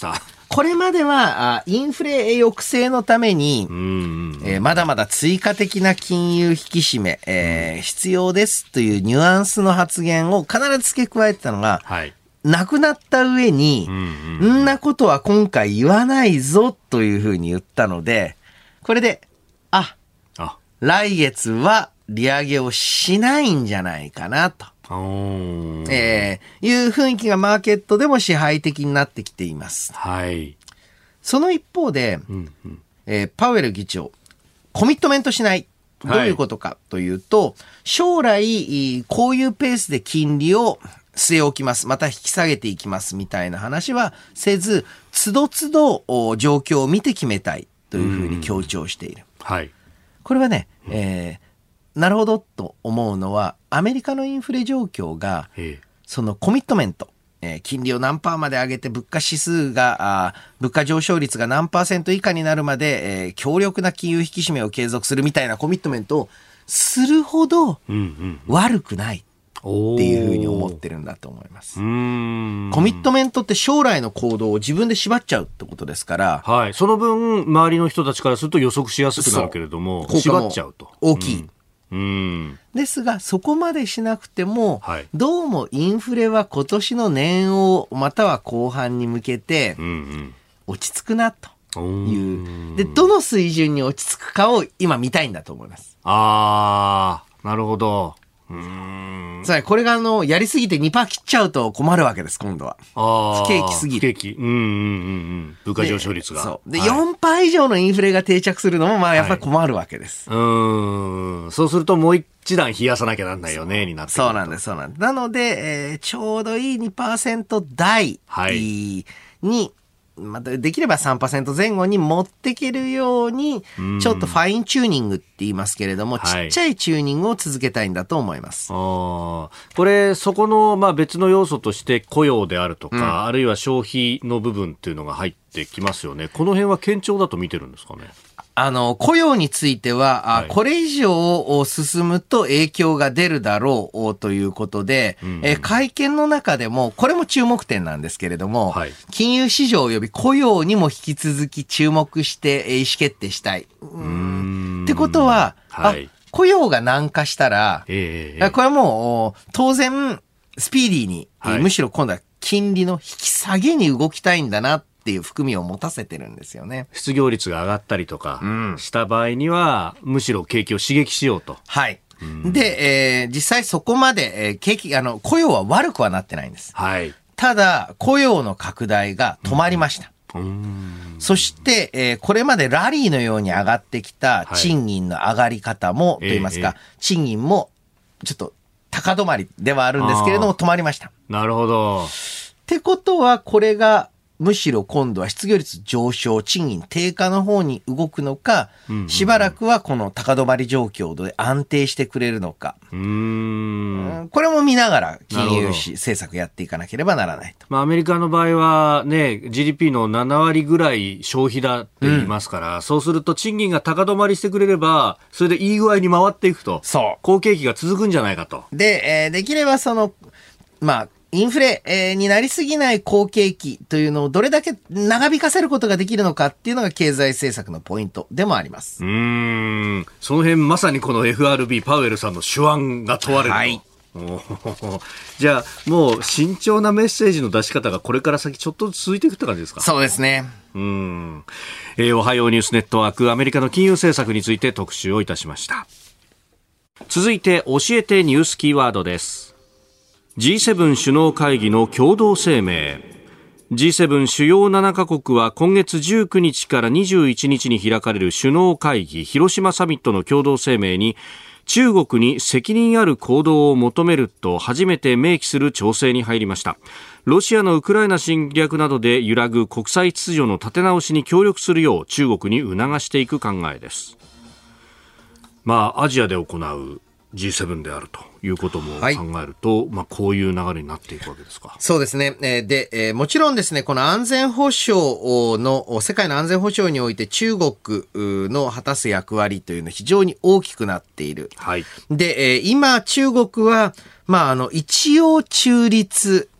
これまではインフレ抑制のために、うんえー、まだまだ追加的な金融引き締め、えー、必要ですというニュアンスの発言を必ず付け加えてたのが、はい、なくなった上に、うんうん、んなことは今回言わないぞというふうに言ったので、これで、あ、あ来月は利上げをしないんじゃないかなと。えー、いう雰囲気がマーケットでも支配的になってきています。はい。その一方で、うんうんえー、パウエル議長、コミットメントしない。どういうことかというと、はい、将来、こういうペースで金利を据え置きます。また引き下げていきますみたいな話はせず、つどつど状況を見て決めたいというふうに強調している。はい。これはね、えーなるほどと思うのは、アメリカのインフレ状況が、そのコミットメント、えー、金利を何パーまで上げて物価指数が、あ物価上昇率が何パーセント以下になるまで、えー、強力な金融引き締めを継続するみたいなコミットメントをするほど悪くないっていうふうに思ってるんだと思います。うーんコミットメントって将来の行動を自分で縛っちゃうってことですから、 はい、その分周りの人たちからすると予測しやすくなるけれども、縛っちゃうと。 大きい。うんうんですがそこまでしなくても、はい、どうもインフレは今年の年王または後半に向けて落ち着くなという、でどの水準に落ち着くかを今見たいんだと思います。 あーなるほど。うーんつまりこれがあのやりすぎて にパーセント 切っちゃうと困るわけです。今度はあ不景気すぎる。 不景気うんうんうんうん物価上昇率がそうで、はい、よんパーセント 以上のインフレが定着するのもまあやっぱり困るわけです、 はい、うーんそうするともう一段冷やさなきゃなんないよねになってくると。 そうなんですそうなんですなので、えー、ちょうどいい にパーセント 台に、はいまたできれば さんパーセント 前後に持っていけるようにちょっとファインチューニングって言いますけれども、ちっちゃいチューニングを続けたいんだと思います。 あこれそこのまあ別の要素として雇用であるとか、うん、あるいは消費の部分っていうのが入ってきますよね。この辺は堅調だと見てるんですかね。 あの雇用については、はい、これ以上進むと影響が出るだろうということで、うんうんえ会見の中でもこれも注目点なんですけれども、はい、金融市場及び雇用にも引き続き注目して意思決定したい。うーんってことは、はい、あ雇用が軟化したら、えー、これはもう当然スピーディーに、はい、むしろ今度は金利の引き下げに動きたいんだなっていう含みを持たせてるんですよね。 失業率が上がったりとかした場合には、うん、むしろ景気を刺激しようと。 はい。うん、で、えー、実際そこまで、えー、景気あの雇用は悪くはなってないんです。はい。ただ雇用の拡大が止まりました。うん、うんそして、えー、これまでラリーのように上がってきた賃金の上がり方も、はい、といいますか、えー、賃金もちょっと高止まりではあるんですけれども止まりました。 なるほど。 ってことはこれがむしろ今度は失業率上昇、賃金低下の方に動くのか、うんうんうん、しばらくはこの高止まり状況で安定してくれるのか。うーんこれも見ながら金融政策やっていかなければならないと。 まあ、アメリカの場合はね、ジーディーピー のななわりぐらい消費だって言いますから、うん、そうすると賃金が高止まりしてくれれば、それでいい具合に回っていくと。そう。好景気が続くんじゃないかと。 で、えー、できればその、まあ、インフレ、えー、になりすぎない好景気というのをどれだけ長引かせることができるのかっていうのが経済政策のポイントでもあります。 うーんその辺まさにこの エフアールビー パウエルさんの手腕が問われる。はい。じゃあもう慎重なメッセージの出し方がこれから先ちょっと続いていくって感じですか。 そうですね。 うーん、えー、おはようニュースネットワークアメリカの金融政策について特集をいたしました。続いて教えてニュースキーワードです。ジーセブン 首脳会議の共同声明。 ジーセブン 主要ななカ国は今月じゅうくにちからにじゅういちにちに開かれる首脳会議広島サミットの共同声明に中国に責任ある行動を求めると初めて明記する調整に入りました。ロシアのウクライナ侵略などで揺らぐ国際秩序の立て直しに協力するよう中国に促していく考えです。まあアジアで行うジーセブン であるということも考えると、はい、まあ、こういう流れになっていくわけですか。 そうですね。で、えー、もちろんですね、この安全保障の、世界の安全保障において中国の果たす役割というのは非常に大きくなっている。はい。で、えー、今中国は、まあ、あの、一応中立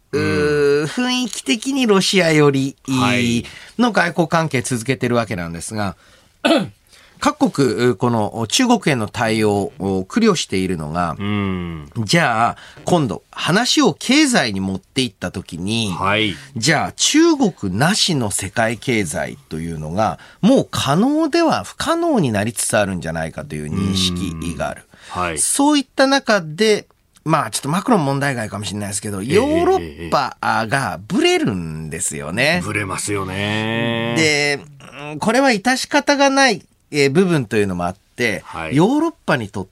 うー雰囲気的にロシア寄りの外交関係続けてるわけなんですが、各国、この中国への対応を苦慮しているのが、うん、じゃあ、今度、話を経済に持っていったときに、はい、じゃあ、中国なしの世界経済というのが、もう可能では不可能になりつつあるんじゃないかという認識がある。はい、そういった中で、まあ、ちょっとマクロン問題外かもしれないですけど、ヨーロッパがブレるんですよね。 ブレますよね。 で、これは致し方がないえー、部分というのもあって、はい、ヨーロッパにとって、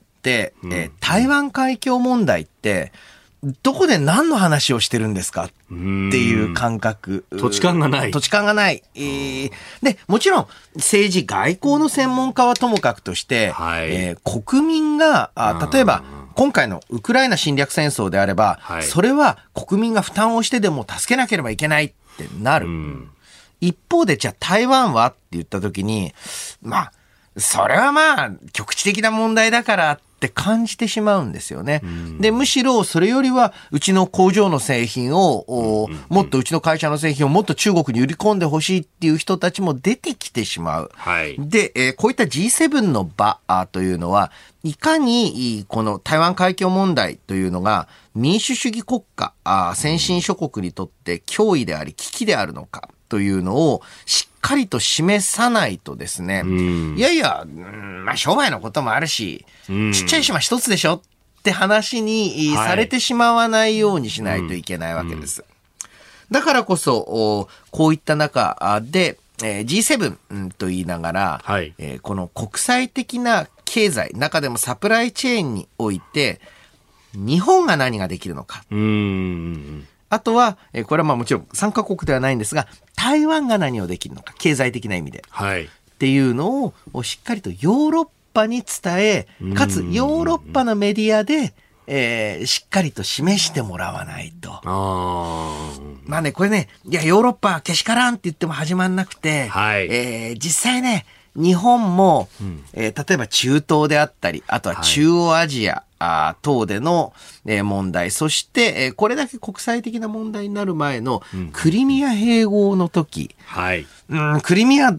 えーうん、台湾海峡問題って、どこで何の話をしてるんですかっていう感覚。 土地勘がない。 土地勘がない。えー、で、もちろん、政治、外交の専門家はともかくとして、はい、えー、国民が、あ例えば、今回のウクライナ侵略戦争であれば、はい、それは国民が負担をしてでも助けなければいけないってなる。一方で、じゃあ台湾はって言ったときに、まあ、それはまあ、局地的な問題だからって感じてしまうんですよね。で、むしろそれよりは、うちの工場の製品を、もっとうちの会社の製品をもっと中国に売り込んでほしいっていう人たちも出てきてしまう。はい、で、えー、こういった ジーセブン の場というのは、いかにこの台湾海峡問題というのが民主主義国家、先進諸国にとって脅威であり危機であるのかというのをしっかりと示さないとですね、いやいや、まあ商売のこともあるし、ちっちゃい島一つでしょって話にされてしまわないようにしないといけないわけです。だからこそ、こういった中で、えー、ジーセブン と言いながら、はい、えー、この国際的な経済、中でもサプライチェーンにおいて、日本が何ができるのか。うーん、あとは、えー、これはまあもちろん参加国ではないんですが、台湾が何をできるのか、経済的な意味で。はい、っていうのをしっかりとヨーロッパに伝え、かつヨーロッパのメディアで、えー、しっかりと示してもらわないと。あまあね、これね、いや、ヨーロッパけしからんって言っても始まんなくて、はい、えー、実際ね、日本も、うんえー、例えば中東であったり、あとは中央アジア、はいあ等での、えー、問題、そして、えー、これだけ国際的な問題になる前のクリミア併合の時、うんはいうん、クリミア、うん、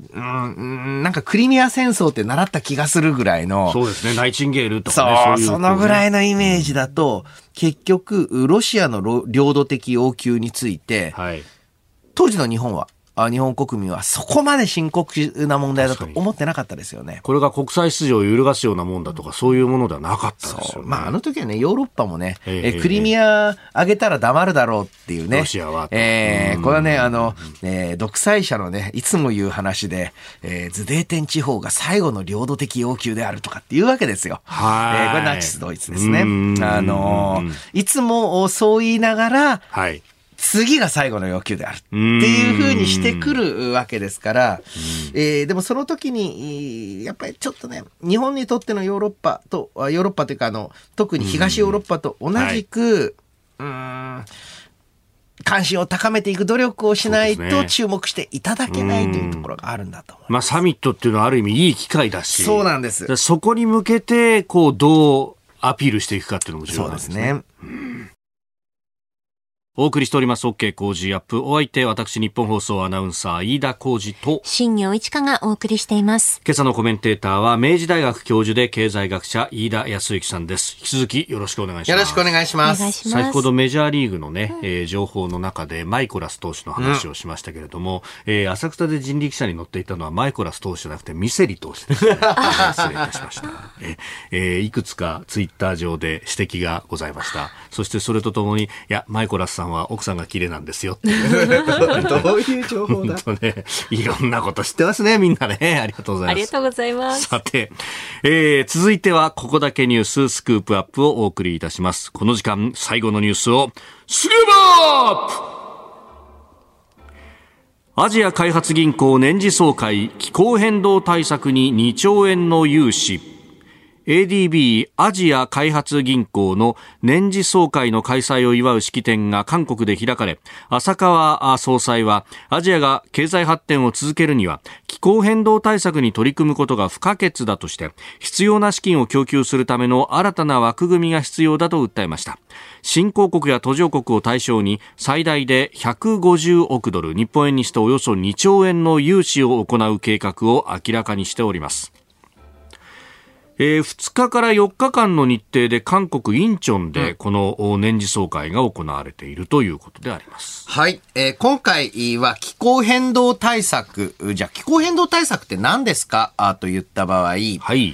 なんかクリミア戦争って習った気がするぐらいの。 そうですね、ナイチンゲールとかね。そう、そういうそのぐらいのイメージだと、うん、結局、ロシアの領土的要求について、はい、当時の日本は、日本国民はそこまで深刻な問題だと思ってなかったですよね。 これが国際秩序を揺るがすようなもんだとかそういうものではなかったですよね。 まああの時はねヨーロッパもね、えー、クリミア上げたら黙るだろうっていうね。 ロシアは。 えー、これはねあの、えー、独裁者のねいつも言う話で、えー、ズデーテン地方が最後の領土的要求であるとかっていうわけですよ。はい。えー、これナチスドイツですね。あのー、いつもそう言いながら。はい。次が最後の要求であるっていう風にしてくるわけですから、えー、でもその時にやっぱりちょっとね日本にとってのヨーロッパとヨーロッパというかあの特に東ヨーロッパと同じく、はい、うーん関心を高めていく努力をしないと注目していただけないというところがあるんだと思います。 まあサミットっていうのはある意味いい機会だし、 そうなんです。 そこに向けてこうどうアピールしていくかっていうのも重要なんですね。そうですね。うんお送りしております OK 工事アップ。お相手私日本放送アナウンサー飯田浩司と新業一華がお送りしています。 今朝のコメンテーターは明治大学教授で経済学者飯田康之さんです。引き続きよろしくお願いします。 よろしくお願いします。 先ほどメジャーリーグのね、うんえー、情報の中でマイコラス投手の話をしましたけれども、うんえー、浅草で人力車に乗っていたのはマイコラス投手じゃなくてミセリ投手です、ね、失礼いたしました。ええー、いくつかツイッター上で指摘がございました。そしてそれとともにいやマイコラスさんは奥さんが綺麗なんですよってどういう情報だね、いろんなこと知ってますねみんなね。ありがとうございます。 ありがとうございます。 さて、えー、続いてはここだけニューススクープアップをお送りいたします。この時間最後のニュースをスクープアップ。アジア開発銀行年次総会、気候変動対策ににちょうえんの融資。 エーディービー アジア開発銀行の年次総会の開催を祝う式典が韓国で開かれ、浅川総裁はアジアが経済発展を続けるには気候変動対策に取り組むことが不可欠だとして、必要な資金を供給するための新たな枠組みが必要だと訴えました。新興国や途上国を対象に最大でひゃくごじゅうおくドル、日本円にしておよそにちょうえんの融資を行う計画を明らかにしております。えー、ふつかからよっかかんの日程で韓国インチョンでこの年次総会が行われているということであります。 はい、えー、今回は気候変動対策、じゃあ気候変動対策って何ですかあと言った場合、はい、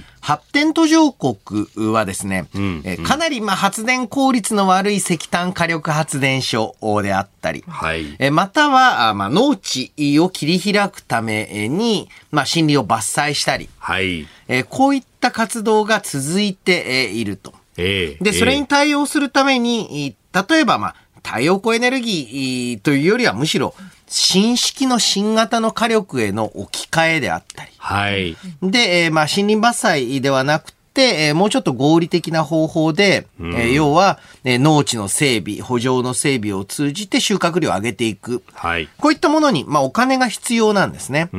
発展途上国はですね、うんうん、えー、かなりまあ発電効率の悪い石炭火力発電所であったり、はい、えー、またはまあ農地を切り開くためにまあ森林を伐採したり、はい、えー、こういった活動が続いていると。えー、で、それに対応するために、例えばまあ太陽光エネルギーというよりはむしろ新式の新型の火力への置き換えであったり。はい。で、えー、まあ森林伐採ではなくて、えー、もうちょっと合理的な方法で、うん、えー、要は、えー、農地の整備、圃場の整備を通じて収穫量を上げていく。はい。こういったものに、まあお金が必要なんですね。うん。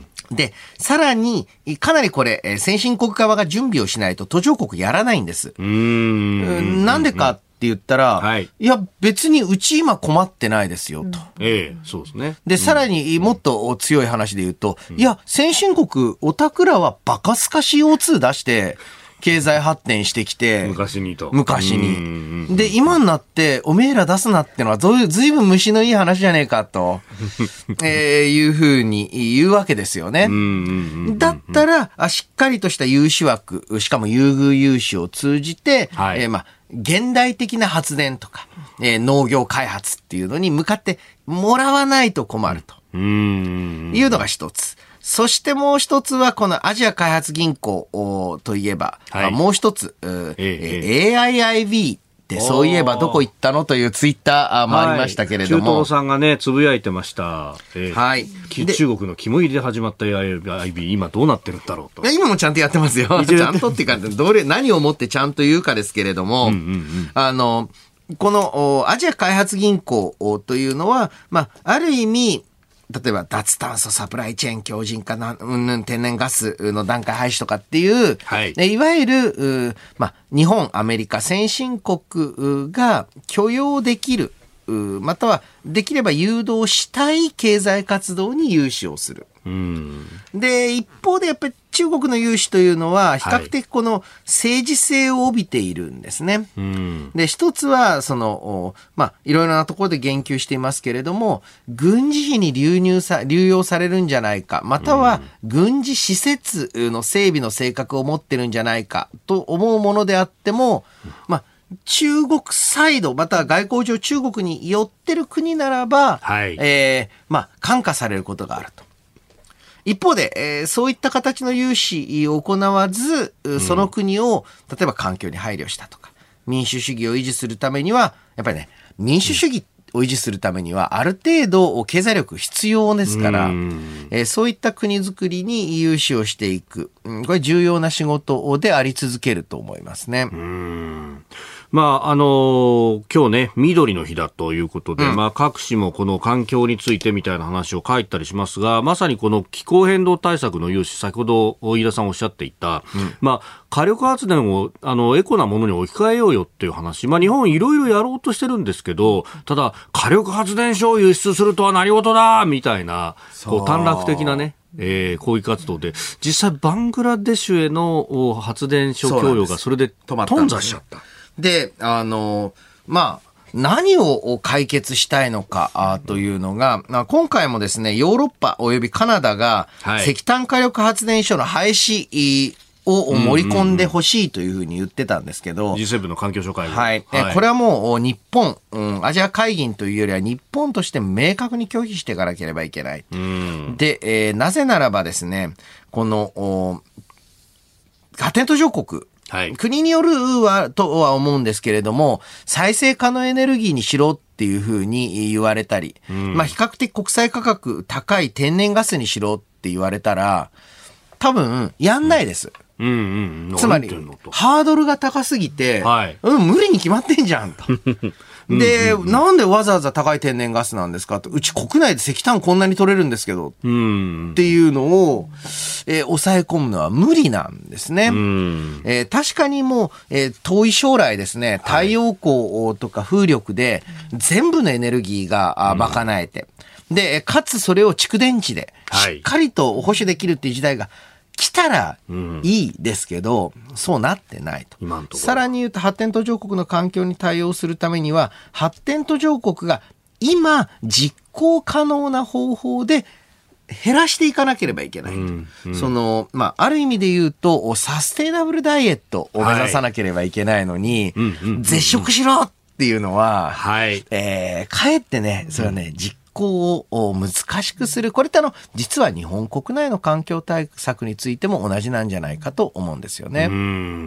で、さらに、かなりこれ、先進国側が準備をしないと途上国やらないんです。うーん。なんでかって言ったら、はい、いや、別にうち今困ってないですよ、と。 ええ、そうですね。 で、さらにもっと強い話で言うと、うん、いや、先進国、おたくらはバカスカ シーオーツー 出して、経済発展してきて。 昔にと。 昔に。で、今になって、おめえら出すなってのは、ずいぶん虫のいい話じゃねえか、と、えー、いうふうに言うわけですよね。だったらあ、しっかりとした融資枠、しかも優遇融資を通じて、はい、えー、まあ、現代的な発電とか、えー、農業開発っていうのに向かってもらわないと困ると。いうのが一つ。そしてもう一つはこのアジア開発銀行といえば、はい、もう一つ、ええ、エーアイアイビー ってそういえばどこ行ったのというツイッターもありましたけれども、 はい、中東さんがねつぶやいてました、えーはい、中国の肝入りで始まった エーアイアイビー 今どうなってるんだろうと。 今もちゃんとやってますよ。ちゃんとっていうかどれ何をもってちゃんと言うかですけれども、うんうんうん、あのこのアジア開発銀行というのは、まあ、ある意味例えば脱炭素サプライチェーン強靭化な、うんぬん天然ガスの段階廃止とかっていう、はい、いわゆる、まあ、日本、アメリカ、先進国が許容できる、またはできれば誘導したい経済活動に融資をする。うん、で、一方でやっぱり中国の融資というのは比較的この政治性を帯びているんですね。はい、で、一つはその、まあ、いろいろなところで言及していますけれども、軍事費に流入さ、流用されるんじゃないか、または軍事施設の整備の性格を持ってるんじゃないかと思うものであっても、まあ、中国サイド、または外交上中国に寄ってる国ならば、はい、えー、まあ、感化されることがあると。一方で、えー、そういった形の融資を行わず、その国を、例えば環境に配慮したとか、民主主義を維持するためには、やっぱりね、民主主義を維持するためには、ある程度経済力必要ですから、えー、そういった国づくりに融資をしていく。これ重要な仕事であり続けると思いますね。うーん、 まあ、あの、今日ね、緑の日だということで、うん、まあ、各紙もこの環境についてみたいな話を書いたりしますが、まさにこの気候変動対策の融資、先ほど飯田さんおっしゃっていた、うん、まあ、火力発電を、あの、エコなものに置き換えようよっていう話。まあ、日本いろいろやろうとしてるんですけど、ただ、火力発電所を輸出するとは何事だみたいな、こう、短絡的なね、えー、抗議活動で、実際バングラデシュへの発電所供与がそれで頓挫しちゃった。 で、あの、まあ、何を解決したいのかというのが、今回もですね、ヨーロッパおよびカナダが石炭火力発電所の廃止を盛り込んでほしいというふうに言ってたんですけど、 ジーセブン の環境省会議、 はいはい、これはもう日本、うん、アジア会議というよりは日本として明確に拒否していかなければいけない。うん、で、えー、なぜならばですね、この発展途上国、はい、国によるはとは思うんですけれども、再生可能エネルギーにしろっていうふうに言われたり、うん、まあ比較的国際価格高い天然ガスにしろって言われたら、多分やんないです。 うんうん、つまりハードルが高すぎて、はい、うん、無理に決まってんじゃんとで、うんうんうん、なんでわざわざ高い天然ガスなんですかと、うち国内で石炭こんなに取れるんですけど、うん、っていうのを、えー、抑え込むのは無理なんですね。うん、えー、確かにもう、えー、遠い将来ですね、太陽光とか風力で全部のエネルギーが賄えて、うん、で、かつそれを蓄電池でしっかりと保守できるっていう時代が来たらいいですけど、うん、そうなってないと。今のところさらに言うと発展途上国の環境に対応するためには、発展途上国が今実行可能な方法で減らしていかなければいけない、うんうん、その、まあ、ある意味で言うとサステイナブルダイエットを目指さなければいけないのに、はい、絶食しろっていうのは、はい、えー、かえってね、それはね、実行を難しくする。これってあの、実は日本国内の環境対策についても同じなんじゃないかと思うんですよね。 うん、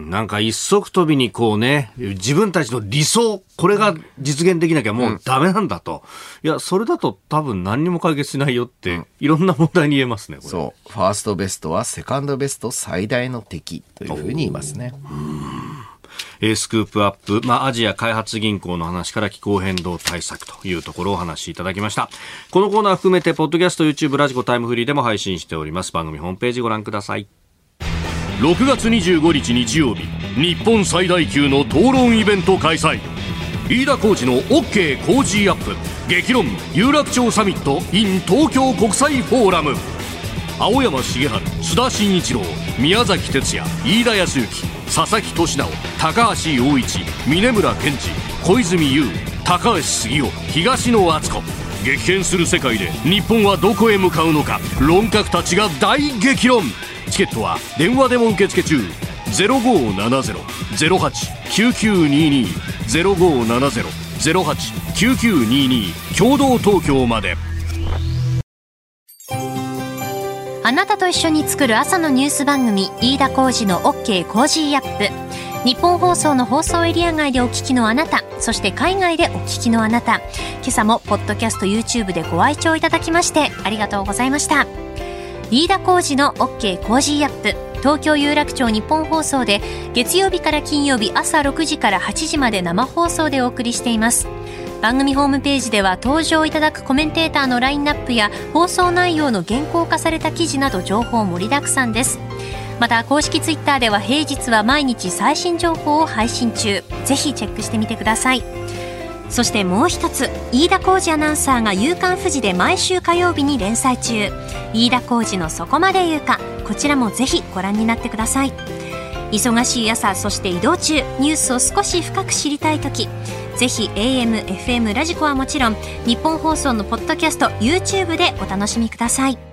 なんか一足飛びにこうね、自分たちの理想、これが実現できなきゃもうダメなんだと。うん、いや、それだと多分何にも解決しないよって、うん、いろんな問題に言えますね、これ。 そう。ファーストベストはセカンドベスト最大の敵というふうに言いますね。 スクープアップ、まあ、アジア開発銀行の話から気候変動対策というところをお話しいただきました。このコーナー含めてポッドキャスト、YouTube、ラジコタイムフリーでも配信しております。番組ホームページご覧ください。 ろくがつにじゅうごにち日曜日、日本最大級の討論イベント開催。飯田浩司の OK 工事アップ激論有楽町サミット in 東京国際フォーラム。青山茂春、須田慎一郎、宮崎哲也、飯田康之、佐々木俊直、高橋陽一、峯村健二、小泉悠、高橋杉雄、東野篤子。激変する世界で日本はどこへ向かうのか、論客たちが大激論。チケットは電話でも受付中。ゼロごーななゼロ ゼロはち きゅうきゅうにに ゼロごーななゼロ ゼロはち きゅうきゅうにに共同東京まで。 あなたと一緒に作る朝のニュース番組、飯田浩司の OK コージーアップ。日本放送の放送エリア外でお聞きのあなた、そして海外でお聞きのあなた、今朝もポッドキャスト YouTube でご愛聴いただきましてありがとうございました。飯田浩司の OK コージーアップ、東京有楽町日本放送で月曜日から金曜日朝ろくじからはちじまで生放送でお送りしています。番組ホームページでは登場いただくコメンテーターのラインナップや放送内容の原稿化された記事など情報盛りだくさんです。また公式ツイッターでは平日は毎日最新情報を配信中。ぜひチェックしてみてください。そしてもう一つ、飯田浩司アナウンサーが夕刊フジで毎週火曜日に連載中、飯田浩司のそこまで言うか、こちらもぜひご覧になってください。忙しい朝、そして移動中、ニュースを少し深く知りたいとき、ぜひ エーエム、エフエム、ラジコはもちろん日本放送のポッドキャスト YouTube でお楽しみください。